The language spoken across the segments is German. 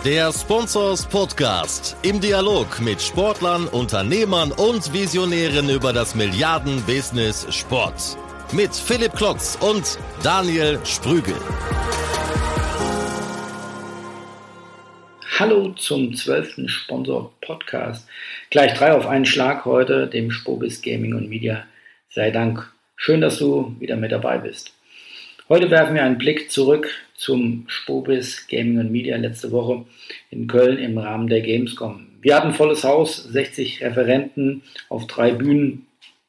Der Sponsors Podcast im Dialog mit Sportlern, Unternehmern und Visionären über das Milliarden-Business Sport. Mit Philipp Klotz und Daniel Sprügel. Hallo zum 12. Sponsor Podcast. Gleich 3 auf einen Schlag heute, dem Spobis Gaming und Media. Sei Dank. Schön, dass du wieder mit dabei bist. Heute werfen wir einen Blick zurück zum Spobis Gaming und Media letzte Woche in Köln im Rahmen der Gamescom. Wir hatten volles Haus, 60 Referenten auf 3 Bühnen,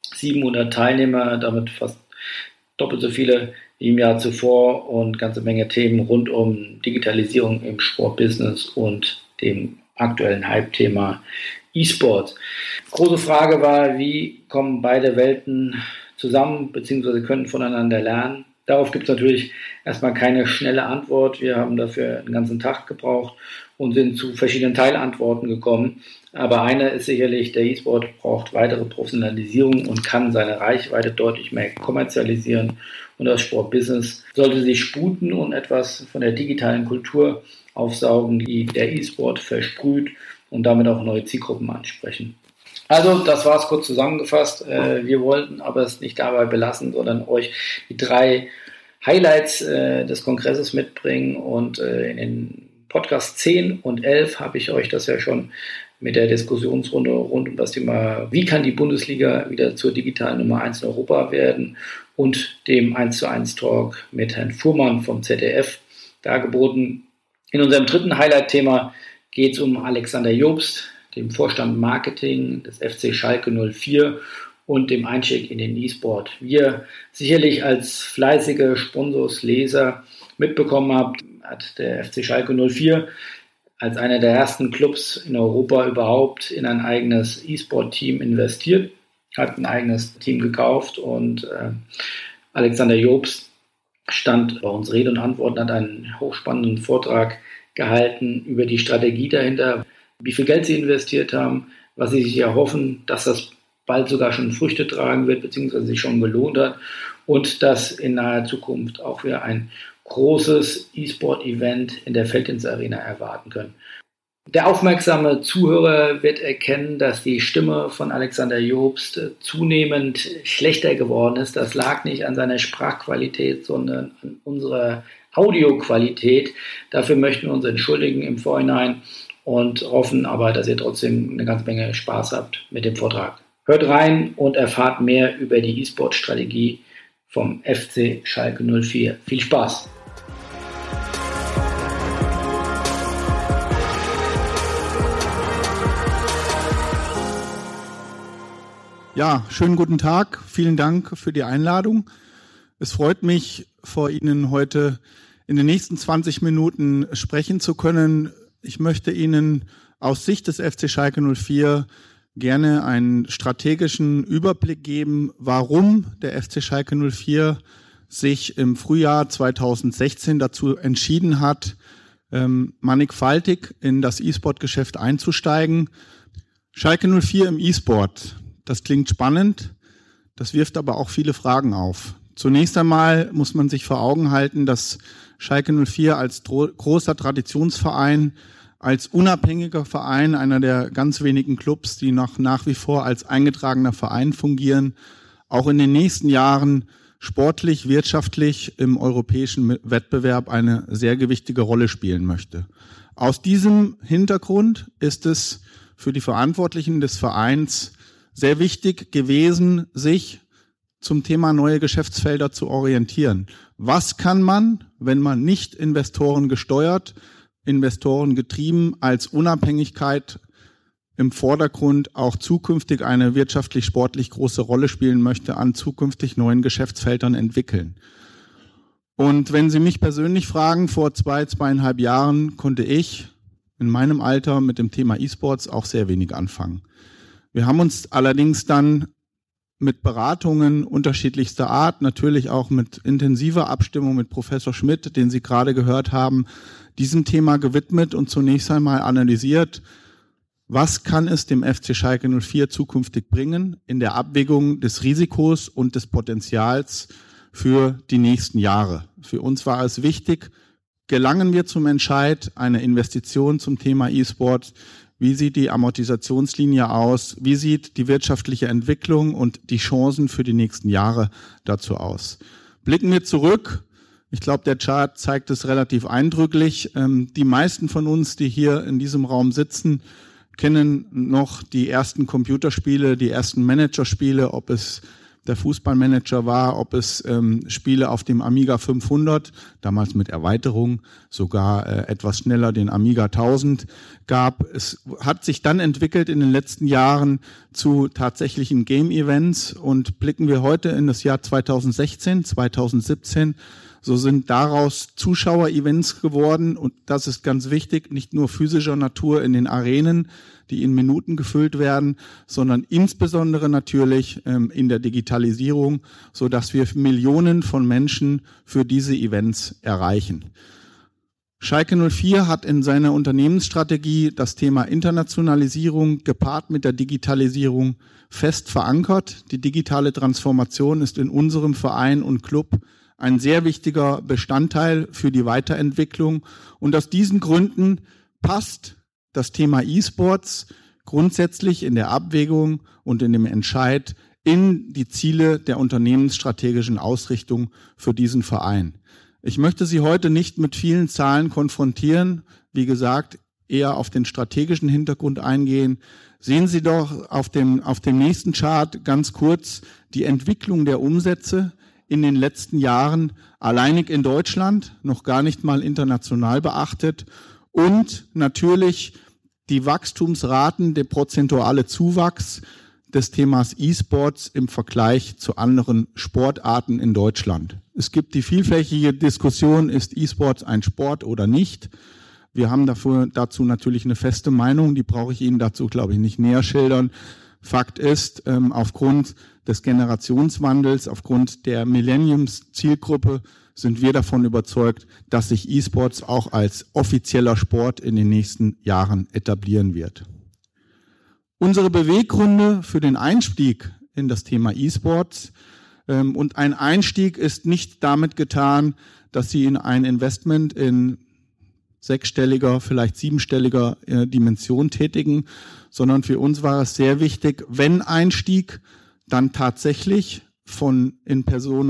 700 Teilnehmer, damit fast doppelt so viele wie im Jahr zuvor und ganze Menge Themen rund um Digitalisierung im Sportbusiness und dem aktuellen Hype-Thema E-Sport. Große Frage war, wie kommen beide Welten zusammen bzw. können voneinander lernen? Darauf gibt es natürlich erstmal keine schnelle Antwort. Wir haben dafür einen ganzen Tag gebraucht und sind zu verschiedenen Teilantworten gekommen. Aber eine ist sicherlich, der E-Sport braucht weitere Professionalisierung und kann seine Reichweite deutlich mehr kommerzialisieren. Und das Sportbusiness sollte sich sputen und etwas von der digitalen Kultur aufsaugen, die der E-Sport versprüht und damit auch neue Zielgruppen ansprechen. Also, das war es kurz zusammengefasst. Wir wollten aber es nicht dabei belassen, sondern euch die 3 Highlights des Kongresses mitbringen. Und in den Podcast 10 und 11 habe ich euch das ja schon mit der Diskussionsrunde rund um das Thema, wie kann die Bundesliga wieder zur digitalen Nummer 1 in Europa werden, und dem 1:1 Talk mit Herrn Fuhrmann vom ZDF dargeboten. In unserem dritten Highlight-Thema geht es um Alexander Jobst, dem Vorstand Marketing des FC Schalke 04 und dem Einstieg in den E-Sport. Wie ihr sicherlich als fleißige Sponsorsleser mitbekommen habt, hat der FC Schalke 04 als einer der ersten Clubs in Europa überhaupt in ein eigenes E-Sport-Team investiert, hat ein eigenes Team gekauft und Alexander Jobst stand bei uns Rede und Antwort, hat einen hochspannenden Vortrag gehalten über die Strategie dahinter, wie viel Geld sie investiert haben, was sie sich erhoffen, dass das bald sogar schon Früchte tragen wird, beziehungsweise sich schon gelohnt hat und dass in naher Zukunft auch wir ein großes E-Sport-Event in der Veltins Arena erwarten können. Der aufmerksame Zuhörer wird erkennen, dass die Stimme von Alexander Jobst zunehmend schlechter geworden ist. Das lag nicht an seiner Sprachqualität, sondern an unserer Audioqualität. Dafür möchten wir uns entschuldigen im Vorhinein und hoffen aber, dass ihr trotzdem eine ganze Menge Spaß habt mit dem Vortrag. Hört rein und erfahrt mehr über die E-Sport-Strategie vom FC Schalke 04. Viel Spaß! Ja, schönen guten Tag. Vielen Dank für die Einladung. Es freut mich, vor Ihnen heute in den nächsten 20 Minuten sprechen zu können. Ich möchte Ihnen aus Sicht des FC Schalke 04 gerne einen strategischen Überblick geben, warum der FC Schalke 04 sich im Frühjahr 2016 dazu entschieden hat, mannigfaltig in das E-Sport-Geschäft einzusteigen. Schalke 04 im E-Sport, das klingt spannend, das wirft aber auch viele Fragen auf. Zunächst einmal muss man sich vor Augen halten, dass Schalke 04 als großer Traditionsverein, als unabhängiger Verein, einer der ganz wenigen Clubs, die noch nach wie vor als eingetragener Verein fungieren, auch in den nächsten Jahren sportlich, wirtschaftlich im europäischen Wettbewerb eine sehr gewichtige Rolle spielen möchte. Aus diesem Hintergrund ist es für die Verantwortlichen des Vereins sehr wichtig gewesen, sich zum Thema neue Geschäftsfelder zu orientieren. Was kann man, wenn man nicht Investoren gesteuert, Investoren getrieben, als Unabhängigkeit im Vordergrund auch zukünftig eine wirtschaftlich-sportlich große Rolle spielen möchte, an zukünftig neuen Geschäftsfeldern entwickeln? Und wenn Sie mich persönlich fragen, vor 2,5 Jahren konnte ich in meinem Alter mit dem Thema E-Sports auch sehr wenig anfangen. Wir haben uns allerdings dann mit Beratungen unterschiedlichster Art, natürlich auch mit intensiver Abstimmung mit Professor Schmidt, den Sie gerade gehört haben, diesem Thema gewidmet und zunächst einmal analysiert, was kann es dem FC Schalke 04 zukünftig bringen in der Abwägung des Risikos und des Potenzials für die nächsten Jahre. Für uns war es wichtig, gelangen wir zum Entscheid, eine Investition zum Thema E-Sport? Wie sieht die Amortisationslinie aus? Wie sieht die wirtschaftliche Entwicklung und die Chancen für die nächsten Jahre dazu aus? Blicken wir zurück. Ich glaube, der Chart zeigt es relativ eindrücklich. Die meisten von uns, die hier in diesem Raum sitzen, kennen noch die ersten Computerspiele, die ersten Managerspiele, ob es der Fußballmanager war, ob es Spiele auf dem Amiga 500, damals mit Erweiterung, sogar etwas schneller den Amiga 1000 gab. Es hat sich dann entwickelt in den letzten Jahren zu tatsächlichen Game-Events, und blicken wir heute in das Jahr 2016, 2017, so sind daraus Zuschauer-Events geworden, und das ist ganz wichtig, nicht nur physischer Natur in den Arenen, die in Minuten gefüllt werden, sondern insbesondere natürlich in der Digitalisierung, so dass wir Millionen von Menschen für diese Events erreichen. Schalke 04 hat in seiner Unternehmensstrategie das Thema Internationalisierung gepaart mit der Digitalisierung fest verankert. Die digitale Transformation ist in unserem Verein und Club ein sehr wichtiger Bestandteil für die Weiterentwicklung. Und aus diesen Gründen passt das Thema E-Sports grundsätzlich in der Abwägung und in dem Entscheid in die Ziele der unternehmensstrategischen Ausrichtung für diesen Verein. Ich möchte Sie heute nicht mit vielen Zahlen konfrontieren, wie gesagt, eher auf den strategischen Hintergrund eingehen. Sehen Sie doch auf dem nächsten Chart ganz kurz die Entwicklung der Umsätze in den letzten Jahren, alleinig in Deutschland, noch gar nicht mal international beachtet, und natürlich die Wachstumsraten, der prozentuale Zuwachs des Themas E-Sports im Vergleich zu anderen Sportarten in Deutschland. Es gibt die vielfältige Diskussion, ist E-Sports ein Sport oder nicht? Wir haben dazu natürlich eine feste Meinung, die brauche ich Ihnen dazu, glaube ich, nicht näher schildern. Fakt ist, aufgrund des Generationswandels, aufgrund der Millenniums-Zielgruppe sind wir davon überzeugt, dass sich E-Sports auch als offizieller Sport in den nächsten Jahren etablieren wird. Unsere Beweggründe für den Einstieg in das Thema E-Sports, und ein Einstieg ist nicht damit getan, dass Sie in ein Investment in sechsstelliger, vielleicht siebenstelliger Dimension tätigen, sondern für uns war es sehr wichtig, wenn Einstieg, dann tatsächlich in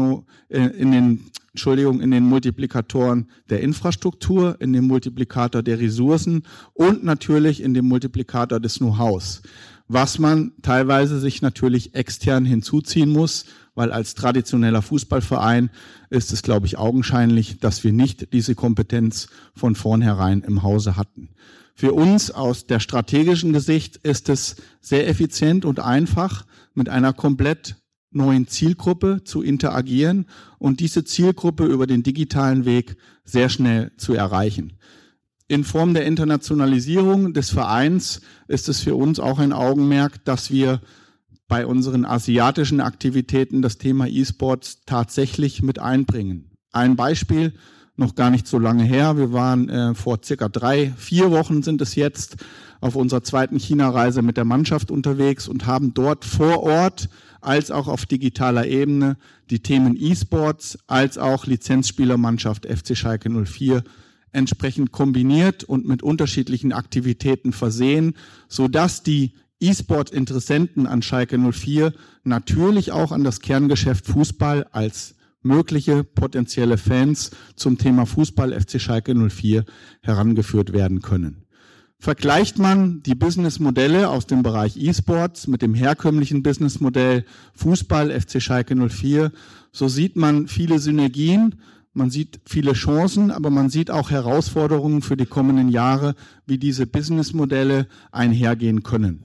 den Multiplikatoren der Infrastruktur, in dem Multiplikator der Ressourcen und natürlich in dem Multiplikator des Know-hows, was man teilweise sich natürlich extern hinzuziehen muss, weil als traditioneller Fußballverein ist es, glaube ich, augenscheinlich, dass wir nicht diese Kompetenz von vornherein im Hause hatten. Für uns aus der strategischen Sicht ist es sehr effizient und einfach, mit einer komplett neuen Zielgruppe zu interagieren und diese Zielgruppe über den digitalen Weg sehr schnell zu erreichen. In Form der Internationalisierung des Vereins ist es für uns auch ein Augenmerk, dass wir bei unseren asiatischen Aktivitäten das Thema E-Sports tatsächlich mit einbringen. Ein Beispiel, noch gar nicht so lange her. Wir waren vor circa 3-4 Wochen sind es jetzt auf unserer zweiten China-Reise mit der Mannschaft unterwegs und haben dort vor Ort als auch auf digitaler Ebene die Themen E-Sports als auch Lizenzspielermannschaft FC Schalke 04 entsprechend kombiniert und mit unterschiedlichen Aktivitäten versehen, sodass die E-Sport-Interessenten an Schalke 04 natürlich auch an das Kerngeschäft Fußball als mögliche potenzielle Fans zum Thema Fußball FC Schalke 04 herangeführt werden können. Vergleicht man die Businessmodelle aus dem Bereich E-Sports mit dem herkömmlichen Businessmodell Fußball FC Schalke 04, so sieht man viele Synergien, man sieht viele Chancen, aber man sieht auch Herausforderungen für die kommenden Jahre, wie diese Businessmodelle einhergehen können.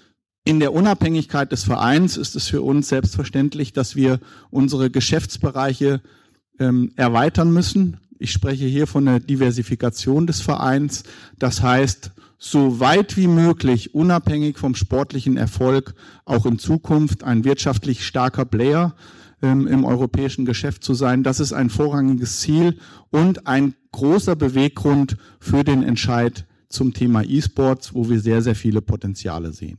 In der Unabhängigkeit des Vereins ist es für uns selbstverständlich, dass wir unsere Geschäftsbereiche erweitern müssen. Ich spreche hier von der Diversifikation des Vereins. Das heißt, so weit wie möglich, unabhängig vom sportlichen Erfolg, auch in Zukunft ein wirtschaftlich starker Player im europäischen Geschäft zu sein. Das ist ein vorrangiges Ziel und ein großer Beweggrund für den Entscheid zum Thema E-Sports, wo wir sehr, sehr viele Potenziale sehen.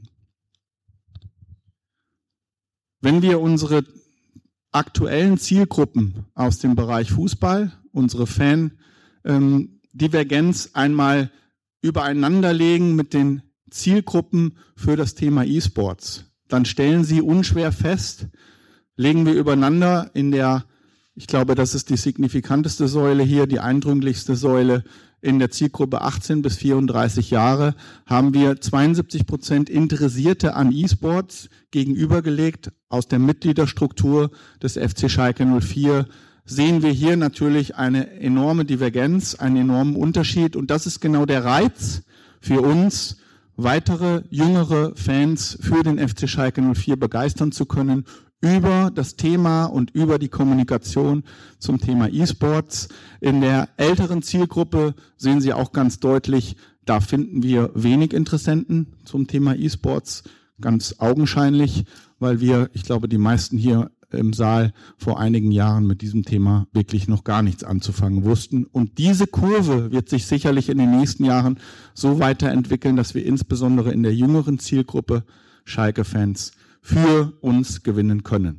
Wenn wir unsere aktuellen Zielgruppen aus dem Bereich Fußball, unsere Fan Divergenz einmal übereinanderlegen mit den Zielgruppen für das Thema E-Sports. Dann stellen Sie unschwer fest, legen wir übereinander in der, ich glaube, das ist die signifikanteste Säule hier, die eindrücklichste Säule, in der Zielgruppe 18 bis 34 Jahre haben wir 72% Interessierte an E-Sports gegenübergelegt. Aus der Mitgliederstruktur des FC Schalke 04 sehen wir hier natürlich eine enorme Divergenz, einen enormen Unterschied. Und das ist genau der Reiz für uns, weitere jüngere Fans für den FC Schalke 04 begeistern zu können über das Thema und über die Kommunikation zum Thema E-Sports. In der älteren Zielgruppe sehen Sie auch ganz deutlich, da finden wir wenig Interessenten zum Thema E-Sports, ganz augenscheinlich, weil wir, ich glaube, die meisten hier im Saal vor einigen Jahren mit diesem Thema wirklich noch gar nichts anzufangen wussten. Und diese Kurve wird sich sicherlich in den nächsten Jahren so weiterentwickeln, dass wir insbesondere in der jüngeren Zielgruppe Schalke-Fans für uns gewinnen können.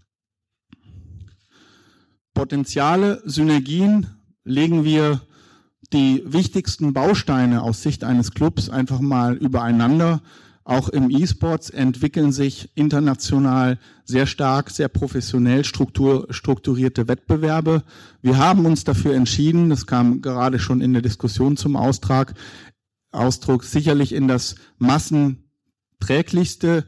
Potenziale, Synergien, legen wir die wichtigsten Bausteine aus Sicht eines Clubs einfach mal übereinander. Auch im E-Sports entwickeln sich international sehr stark, sehr professionell strukturierte Wettbewerbe. Wir haben uns dafür entschieden, das kam gerade schon in der Diskussion zum Ausdruck, sicherlich in das massenträglichste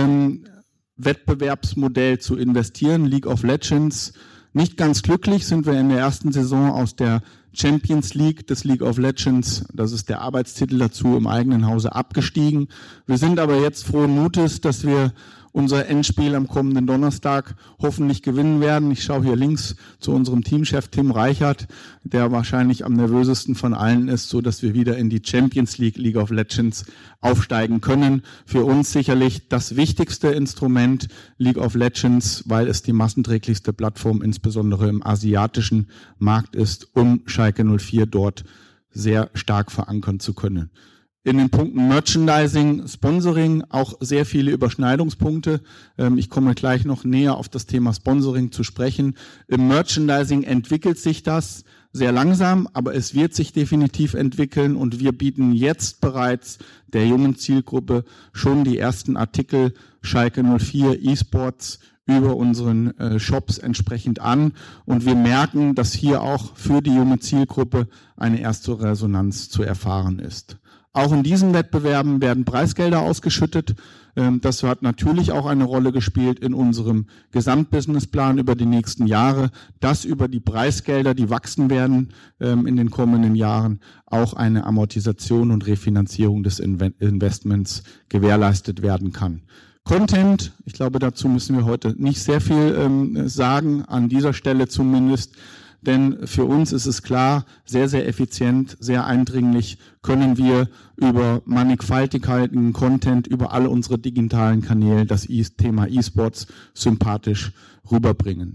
Wettbewerbsmodell zu investieren, League of Legends. Nicht ganz glücklich sind wir in der ersten Saison aus der Champions League des League of Legends, das ist der Arbeitstitel dazu, im eigenen Hause abgestiegen. Wir sind aber jetzt frohen Mutes, dass wir unser Endspiel am kommenden Donnerstag hoffentlich gewinnen werden. Ich schaue hier links zu unserem Teamchef Tim Reichert, der wahrscheinlich am nervösesten von allen ist, so dass wir wieder in die Champions League, League of Legends aufsteigen können. Für uns sicherlich das wichtigste Instrument League of Legends, weil es die massenträglichste Plattform insbesondere im asiatischen Markt ist, um Schalke 04 dort sehr stark verankern zu können. In den Punkten Merchandising, Sponsoring auch sehr viele Überschneidungspunkte. Ich komme gleich noch näher auf das Thema Sponsoring zu sprechen. Im Merchandising entwickelt sich das sehr langsam, aber es wird sich definitiv entwickeln und wir bieten jetzt bereits der jungen Zielgruppe schon die ersten Artikel Schalke 04 E-Sports über unseren Shops entsprechend an und wir merken, dass hier auch für die junge Zielgruppe eine erste Resonanz zu erfahren ist. Auch in diesen Wettbewerben werden Preisgelder ausgeschüttet. Das hat natürlich auch eine Rolle gespielt in unserem Gesamtbusinessplan über die nächsten Jahre, dass über die Preisgelder, die wachsen werden in den kommenden Jahren, auch eine Amortisation und Refinanzierung des Investments gewährleistet werden kann. Content, ich glaube, dazu müssen wir heute nicht sehr viel sagen, an dieser Stelle zumindest. Denn für uns ist es klar, sehr, sehr effizient, sehr eindringlich können wir über mannigfaltigen Content, über alle unsere digitalen Kanäle das Thema E-Sports sympathisch rüberbringen.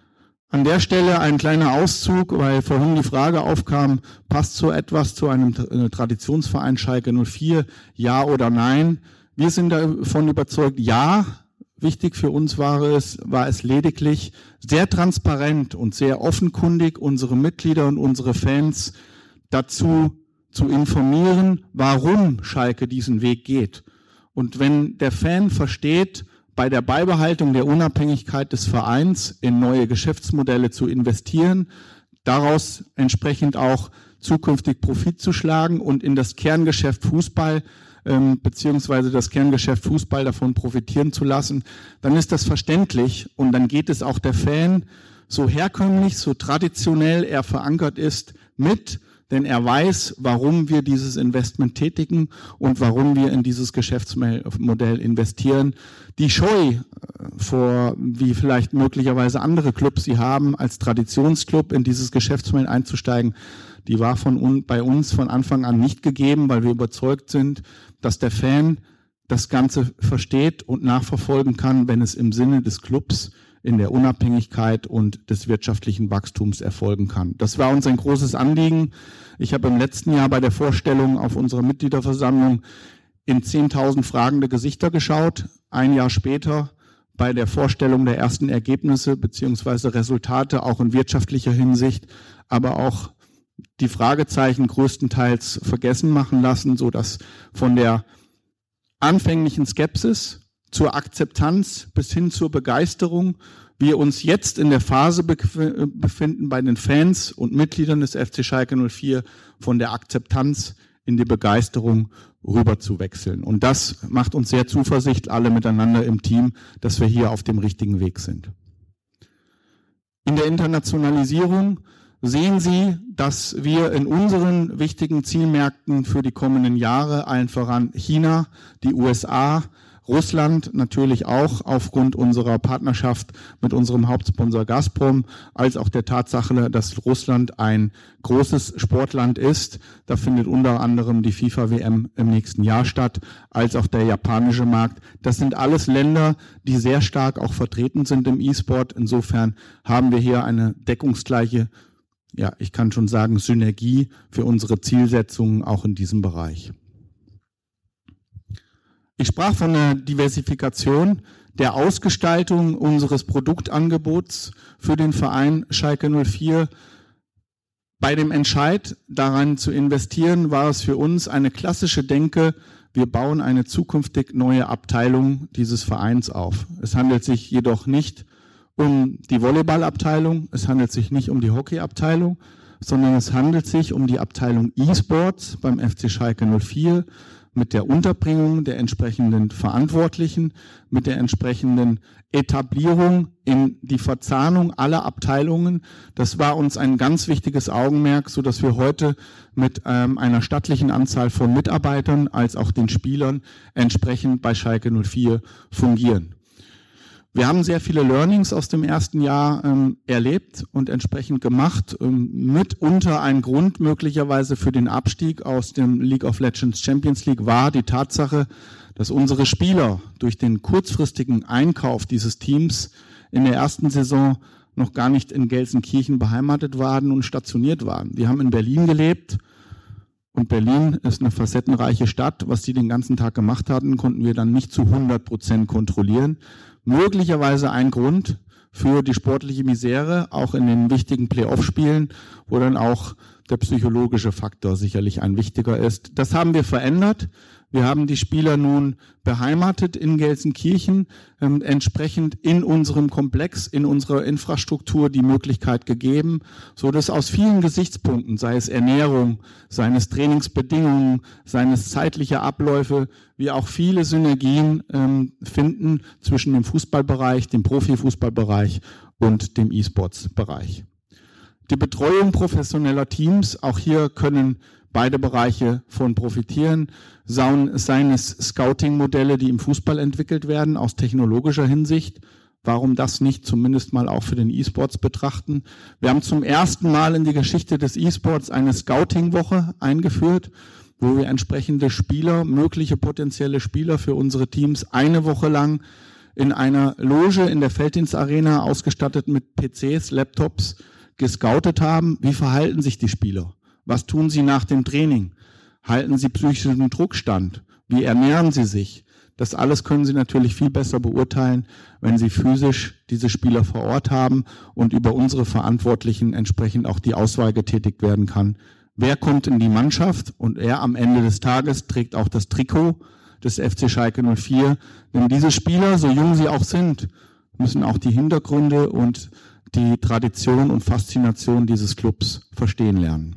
An der Stelle ein kleiner Auszug, weil vorhin die Frage aufkam, passt so etwas zu einem Traditionsverein Schalke 04, ja oder nein? Wir sind davon überzeugt, ja. Wichtig für uns war es lediglich sehr transparent und sehr offenkundig, unsere Mitglieder und unsere Fans dazu zu informieren, warum Schalke diesen Weg geht. Und wenn der Fan versteht, bei der Beibehaltung der Unabhängigkeit des Vereins in neue Geschäftsmodelle zu investieren, daraus entsprechend auch zukünftig Profit zu schlagen und in das Kerngeschäft Fußball beziehungsweise das Kerngeschäft Fußball davon profitieren zu lassen, dann ist das verständlich und dann geht es auch der Fan, so herkömmlich, so traditionell er verankert ist, mit, denn er weiß, warum wir dieses Investment tätigen und warum wir in dieses Geschäftsmodell investieren. Die Scheu vor, wie vielleicht möglicherweise andere Clubs sie haben, als Traditionsclub in dieses Geschäftsmodell einzusteigen, die war bei uns von Anfang an nicht gegeben, weil wir überzeugt sind, dass der Fan das Ganze versteht und nachverfolgen kann, wenn es im Sinne des Clubs in der Unabhängigkeit und des wirtschaftlichen Wachstums erfolgen kann. Das war uns ein großes Anliegen. Ich habe im letzten Jahr bei der Vorstellung auf unserer Mitgliederversammlung in 10.000 fragende Gesichter geschaut. Ein Jahr später bei der Vorstellung der ersten Ergebnisse beziehungsweise Resultate, auch in wirtschaftlicher Hinsicht, aber auch die Fragezeichen größtenteils vergessen machen lassen, sodass von der anfänglichen Skepsis zur Akzeptanz bis hin zur Begeisterung wir uns jetzt in der Phase befinden bei den Fans und Mitgliedern des FC Schalke 04 von der Akzeptanz in die Begeisterung rüber zu wechseln. Und das macht uns sehr Zuversicht, alle miteinander im Team, dass wir hier auf dem richtigen Weg sind. In der Internationalisierung sehen Sie, dass wir in unseren wichtigen Zielmärkten für die kommenden Jahre, allen voran China, die USA, Russland natürlich auch aufgrund unserer Partnerschaft mit unserem Hauptsponsor Gazprom, als auch der Tatsache, dass Russland ein großes Sportland ist. Da findet unter anderem die FIFA-WM im nächsten Jahr statt, als auch der japanische Markt. Das sind alles Länder, die sehr stark auch vertreten sind im E-Sport. Insofern haben wir hier eine deckungsgleiche, ja, ich kann schon sagen, Synergie für unsere Zielsetzungen auch in diesem Bereich. Ich sprach von der Diversifikation, der Ausgestaltung unseres Produktangebots für den Verein Schalke 04. Bei dem Entscheid, daran zu investieren, war es für uns eine klassische Denke, wir bauen eine zukünftig neue Abteilung dieses Vereins auf. Es handelt sich jedoch nicht um die Volleyballabteilung, es handelt sich nicht um die Hockeyabteilung, sondern es handelt sich um die Abteilung E-Sports beim FC Schalke 04, mit der Unterbringung der entsprechenden Verantwortlichen, mit der entsprechenden Etablierung in die Verzahnung aller Abteilungen. Das war uns ein ganz wichtiges Augenmerk, so dass wir heute mit einer stattlichen Anzahl von Mitarbeitern als auch den Spielern entsprechend bei Schalke 04 fungieren. Wir haben sehr viele Learnings aus dem ersten Jahr erlebt und entsprechend gemacht. Mitunter ein Grund möglicherweise für den Abstieg aus dem League of Legends Champions League war die Tatsache, dass unsere Spieler durch den kurzfristigen Einkauf dieses Teams in der ersten Saison noch gar nicht in Gelsenkirchen beheimatet waren und stationiert waren. Die haben in Berlin gelebt. Und Berlin ist eine facettenreiche Stadt. Was die den ganzen Tag gemacht hatten, konnten wir dann nicht zu 100% kontrollieren. Möglicherweise ein Grund für die sportliche Misere, auch in den wichtigen Playoff-Spielen, wo dann auch der psychologische Faktor sicherlich ein wichtiger ist. Das haben wir verändert. Wir haben die Spieler nun beheimatet in Gelsenkirchen, entsprechend in unserem Komplex, in unserer Infrastruktur die Möglichkeit gegeben, so dass aus vielen Gesichtspunkten, sei es Ernährung, seien es Trainingsbedingungen, seien es zeitliche Abläufe, wir auch viele Synergien finden zwischen dem Fußballbereich, dem Profifußballbereich und dem E-Sports-Bereich. Die Betreuung professioneller Teams, auch hier können beide Bereiche von profitieren, seien es Scouting-Modelle, die im Fußball entwickelt werden, aus technologischer Hinsicht. Warum das nicht zumindest mal auch für den E-Sports betrachten? Wir haben zum ersten Mal in die Geschichte des E-Sports eine Scouting-Woche eingeführt, wo wir entsprechende Spieler, mögliche potenzielle Spieler für unsere Teams eine Woche lang in einer Loge in der Felddienstarena ausgestattet mit PCs, Laptops gescoutet haben. Wie verhalten sich die Spieler? Was tun sie nach dem Training? Halten sie psychischen Druck stand? Wie ernähren sie sich? Das alles können Sie natürlich viel besser beurteilen, wenn Sie physisch diese Spieler vor Ort haben und über unsere Verantwortlichen entsprechend auch die Auswahl getätigt werden kann. Wer kommt in die Mannschaft? Und er am Ende des Tages trägt auch das Trikot des FC Schalke 04. Denn diese Spieler, so jung sie auch sind, müssen auch die Hintergründe und die Tradition und Faszination dieses Clubs verstehen lernen.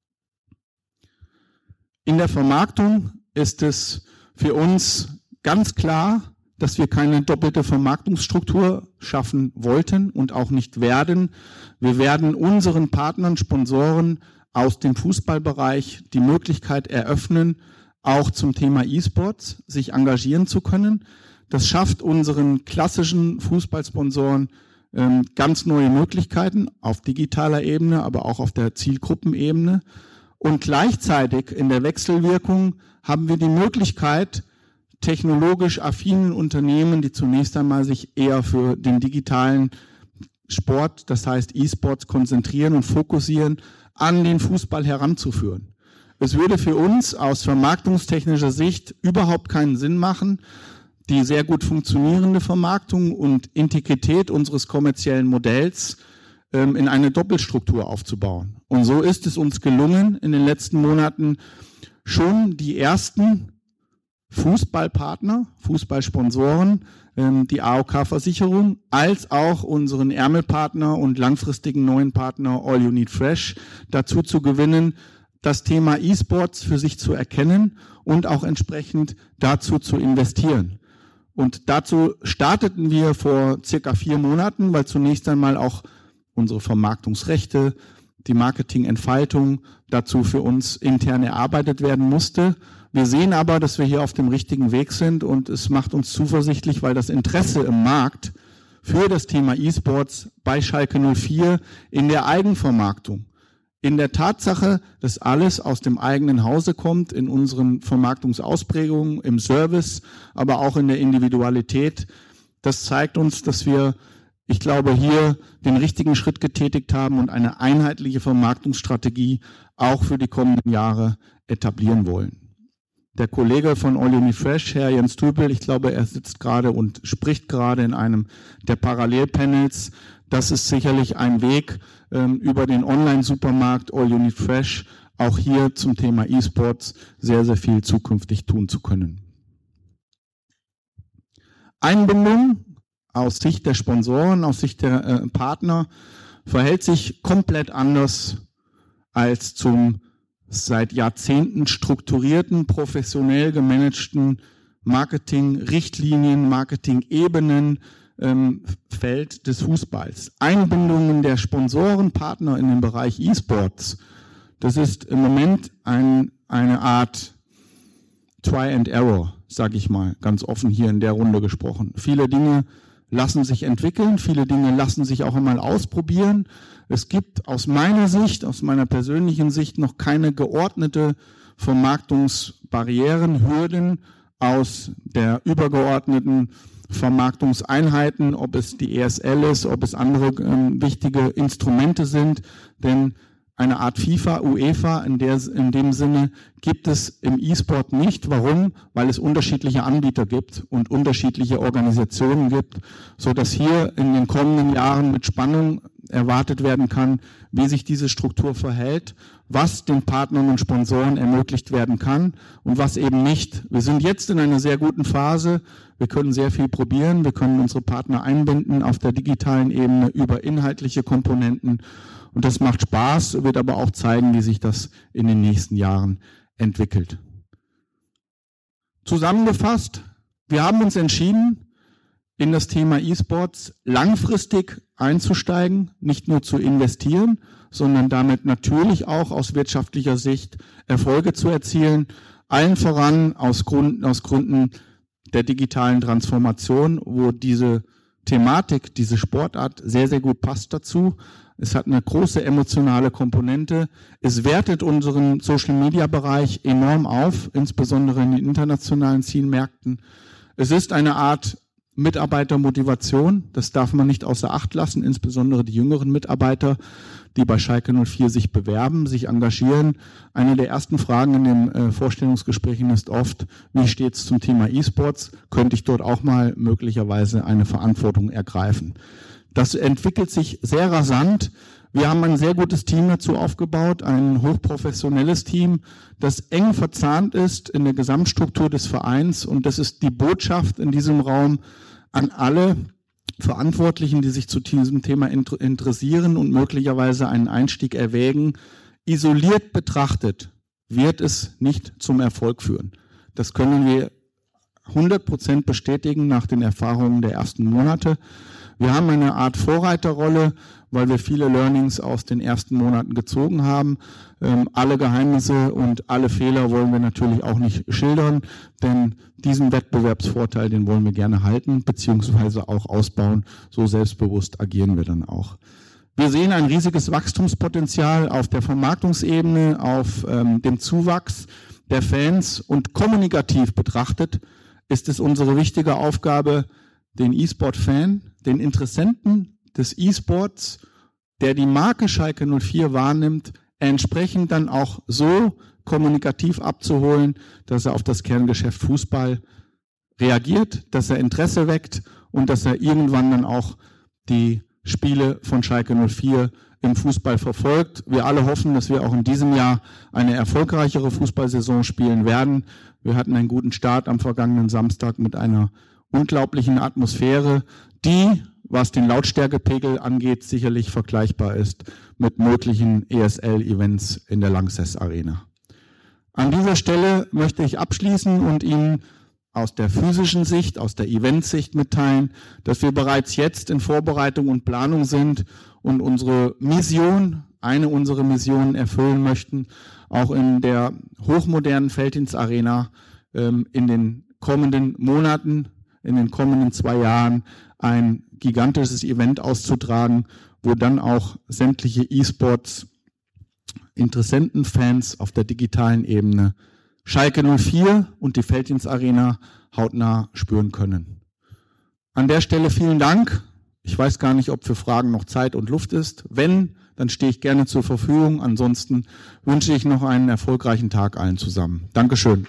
In der Vermarktung ist es für uns ganz klar, dass wir keine doppelte Vermarktungsstruktur schaffen wollten und auch nicht werden. Wir werden unseren Partnern, Sponsoren aus dem Fußballbereich die Möglichkeit eröffnen, auch zum Thema E-Sports sich engagieren zu können. Das schafft unseren klassischen Fußballsponsoren ganz neue Möglichkeiten auf digitaler Ebene, aber auch auf der Zielgruppenebene. Und gleichzeitig in der Wechselwirkung haben wir die Möglichkeit, technologisch affinen Unternehmen, die zunächst einmal sich eher für den digitalen Sport, das heißt E-Sports, konzentrieren und fokussieren, an den Fußball heranzuführen. Es würde für uns aus vermarktungstechnischer Sicht überhaupt keinen Sinn machen, die sehr gut funktionierende Vermarktung und Integrität unseres kommerziellen Modells in eine Doppelstruktur aufzubauen. Und so ist es uns gelungen, in den letzten Monaten schon die ersten Fußballpartner, Fußballsponsoren, die AOK-Versicherung, als auch unseren Ärmelpartner und langfristigen neuen Partner All You Need Fresh dazu zu gewinnen, das Thema E-Sports für sich zu erkennen und auch entsprechend dazu zu investieren. Und dazu starteten wir vor circa 4 Monaten, weil zunächst einmal auch unsere Vermarktungsrechte, die Marketingentfaltung dazu für uns intern erarbeitet werden musste. Wir sehen aber, dass wir hier auf dem richtigen Weg sind und es macht uns zuversichtlich, weil das Interesse im Markt für das Thema E-Sports bei Schalke 04 in der Eigenvermarktung, in der Tatsache, dass alles aus dem eigenen Hause kommt, in unseren Vermarktungsausprägungen, im Service, aber auch in der Individualität, das zeigt uns, dass wir, ich glaube, hier den richtigen Schritt getätigt haben und eine einheitliche Vermarktungsstrategie auch für die kommenden Jahre etablieren wollen. Der Kollege von All You Need Fresh, Herr Jens Tüpel, ich glaube, er sitzt gerade und spricht gerade in einem der Parallelpanels. Das ist sicherlich ein Weg, über den Online-Supermarkt All You Need Fresh auch hier zum Thema E-Sports sehr, sehr viel zukünftig tun zu können. Einbindung aus Sicht der Sponsoren, aus Sicht der Partner verhält sich komplett anders als zum seit Jahrzehnten strukturierten, professionell gemanagten Marketing-Richtlinien, Marketing-Ebenen Feld des Fußballs. Einbindungen der Sponsoren, Partner in den Bereich E-Sports, das ist im Moment eine Art Try and Error, sage ich mal, ganz offen hier in der Runde gesprochen. Viele Dinge lassen sich entwickeln, viele Dinge lassen sich auch einmal ausprobieren. Es gibt aus meiner Sicht, aus meiner persönlichen Sicht noch keine geordnete Vermarktungsbarrieren, Hürden aus der übergeordneten Vermarktungseinheiten, ob es die ESL ist, ob es andere wichtige Instrumente sind, denn eine Art FIFA, UEFA in dem Sinne gibt es im E-Sport nicht. Warum? Weil es unterschiedliche Anbieter gibt und unterschiedliche Organisationen gibt, so dass hier in den kommenden Jahren mit Spannung erwartet werden kann, wie sich diese Struktur verhält, was den Partnern und Sponsoren ermöglicht werden kann und was eben nicht. Wir sind jetzt in einer sehr guten Phase. Wir können sehr viel probieren. Wir können unsere Partner einbinden auf der digitalen Ebene über inhaltliche Komponenten. Und das macht Spaß, wird aber auch zeigen, wie sich das in den nächsten Jahren entwickelt. Zusammengefasst, wir haben uns entschieden, in das Thema E-Sports langfristig einzusteigen, nicht nur zu investieren, sondern damit natürlich auch aus wirtschaftlicher Sicht Erfolge zu erzielen, allen voran aus Gründen der digitalen Transformation, wo diese Thematik, diese Sportart sehr, sehr gut passt dazu. Es hat eine große emotionale Komponente. Es wertet unseren Social-Media-Bereich enorm auf, insbesondere in den internationalen Zielmärkten. Es ist eine Art Mitarbeitermotivation, das darf man nicht außer Acht lassen, insbesondere die jüngeren Mitarbeiter, die bei Schalke 04 sich bewerben, sich engagieren. Eine der ersten Fragen in den Vorstellungsgesprächen ist oft, wie steht es zum Thema E-Sports? Könnte ich dort auch mal möglicherweise eine Verantwortung ergreifen? Das entwickelt sich sehr rasant. Wir haben ein sehr gutes Team dazu aufgebaut, ein hochprofessionelles Team, das eng verzahnt ist in der Gesamtstruktur des Vereins. Und das ist die Botschaft in diesem Raum an alle Verantwortlichen, die sich zu diesem Thema interessieren und möglicherweise einen Einstieg erwägen. Isoliert betrachtet wird es nicht zum Erfolg führen. Das können wir 100% bestätigen nach den Erfahrungen der ersten Monate. Wir haben eine Art Vorreiterrolle, weil wir viele Learnings aus den ersten Monaten gezogen haben. Alle Geheimnisse und alle Fehler wollen wir natürlich auch nicht schildern, denn diesen Wettbewerbsvorteil, den wollen wir gerne halten, beziehungsweise auch ausbauen. So selbstbewusst agieren wir dann auch. Wir sehen ein riesiges Wachstumspotenzial auf der Vermarktungsebene, auf dem Zuwachs der Fans und kommunikativ betrachtet ist es unsere wichtige Aufgabe, den E-Sport-Fan, den Interessenten des E-Sports, der die Marke Schalke 04 wahrnimmt, entsprechend dann auch so kommunikativ abzuholen, dass er auf das Kerngeschäft Fußball reagiert, dass er Interesse weckt und dass er irgendwann dann auch die Spiele von Schalke 04 im Fußball verfolgt. Wir alle hoffen, dass wir auch in diesem Jahr eine erfolgreichere Fußballsaison spielen werden. Wir hatten einen guten Start am vergangenen Samstag mit einer unglaublichen Atmosphäre, die, was den Lautstärkepegel angeht, sicherlich vergleichbar ist mit möglichen ESL-Events in der Lanxess Arena. An dieser Stelle möchte ich abschließen und Ihnen aus der physischen Sicht, aus der Eventsicht mitteilen, dass wir bereits jetzt in Vorbereitung und Planung sind und eine unserer Missionen erfüllen möchten, auch in der hochmodernen Felddienstarena in den kommenden Monaten, in den kommenden 2 Jahren ein gigantisches Event auszutragen, wo dann auch sämtliche E-Sports Interessenten, Fans auf der digitalen Ebene Schalke 04 und die Felddienstarena hautnah spüren können. An der Stelle vielen Dank. Ich weiß gar nicht, ob für Fragen noch Zeit und Luft ist. Wenn, dann stehe ich gerne zur Verfügung. Ansonsten wünsche ich noch einen erfolgreichen Tag allen zusammen. Dankeschön.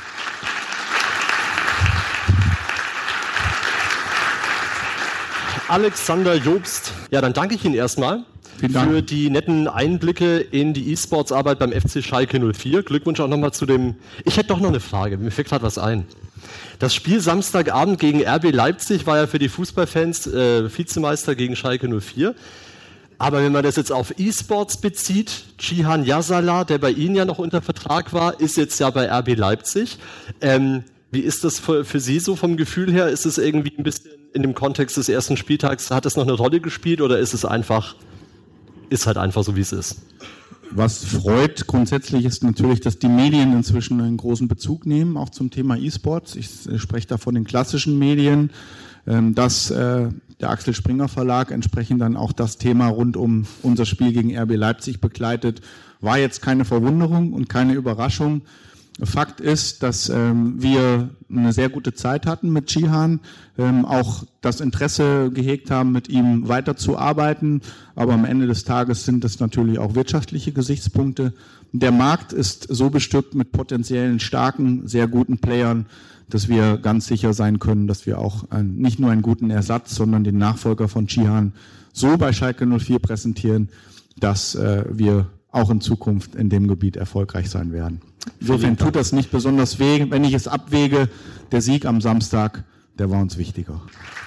Alexander Jobst. Ja, dann danke ich Ihnen erstmal für die netten Einblicke in die E-Sports-Arbeit beim FC Schalke 04. Glückwunsch auch nochmal zu dem... Ich hätte doch noch eine Frage, mir fällt gerade was ein. Das Spiel Samstagabend gegen RB Leipzig war ja für die Fußballfans Vizemeister gegen Schalke 04. Aber wenn man das jetzt auf E-Sports bezieht, Cihan Yazala, der bei Ihnen ja noch unter Vertrag war, ist jetzt ja bei RB Leipzig. Wie ist das für Sie so vom Gefühl her? Ist es irgendwie ein bisschen in dem Kontext des ersten Spieltags, hat es noch eine Rolle gespielt oder ist halt einfach so, wie es ist? Was freut grundsätzlich ist natürlich, dass die Medien inzwischen einen großen Bezug nehmen, auch zum Thema E-Sports. Ich spreche da von den klassischen Medien, dass der Axel Springer Verlag entsprechend dann auch das Thema rund um unser Spiel gegen RB Leipzig begleitet. War jetzt keine Verwunderung und keine Überraschung. Fakt ist, dass wir eine sehr gute Zeit hatten mit Cihan, auch das Interesse gehegt haben, mit ihm weiterzuarbeiten. Aber am Ende des Tages sind es natürlich auch wirtschaftliche Gesichtspunkte. Der Markt ist so bestückt mit potenziellen starken, sehr guten Playern, dass wir ganz sicher sein können, dass wir auch nicht nur einen guten Ersatz, sondern den Nachfolger von Cihan so bei Schalke 04 präsentieren, dass wir auch in Zukunft in dem Gebiet erfolgreich sein werden. Insofern tut das nicht besonders weh, wenn ich es abwäge. Der Sieg am Samstag, der war uns wichtiger.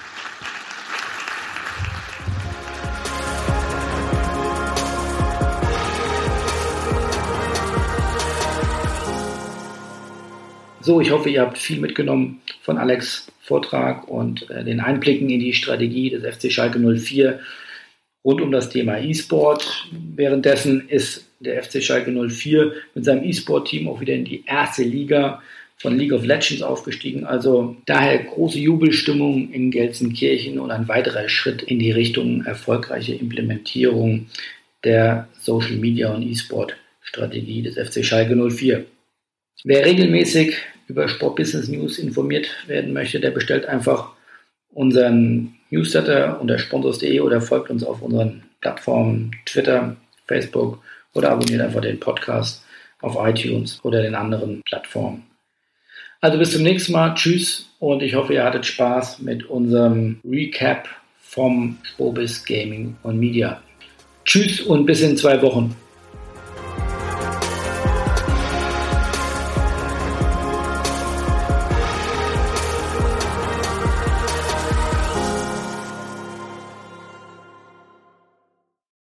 So, ich hoffe, ihr habt viel mitgenommen von Alex' Vortrag und den Einblicken in die Strategie des FC Schalke 04 rund um das Thema E-Sport. Währenddessen ist der FC Schalke 04 mit seinem E-Sport-Team auch wieder in die erste Liga von League of Legends aufgestiegen. Also daher große Jubelstimmung in Gelsenkirchen und ein weiterer Schritt in die Richtung erfolgreiche Implementierung der Social Media und E-Sport-Strategie des FC Schalke 04. Wer regelmäßig über Sport-Business News informiert werden möchte, der bestellt einfach unseren Newsletter unter sponsors.de oder folgt uns auf unseren Plattformen Twitter, Facebook oder abonniert einfach den Podcast auf iTunes oder den anderen Plattformen. Also bis zum nächsten Mal. Tschüss und ich hoffe, ihr hattet Spaß mit unserem Recap vom Spobis Gaming und Media. Tschüss und bis in 2 Wochen.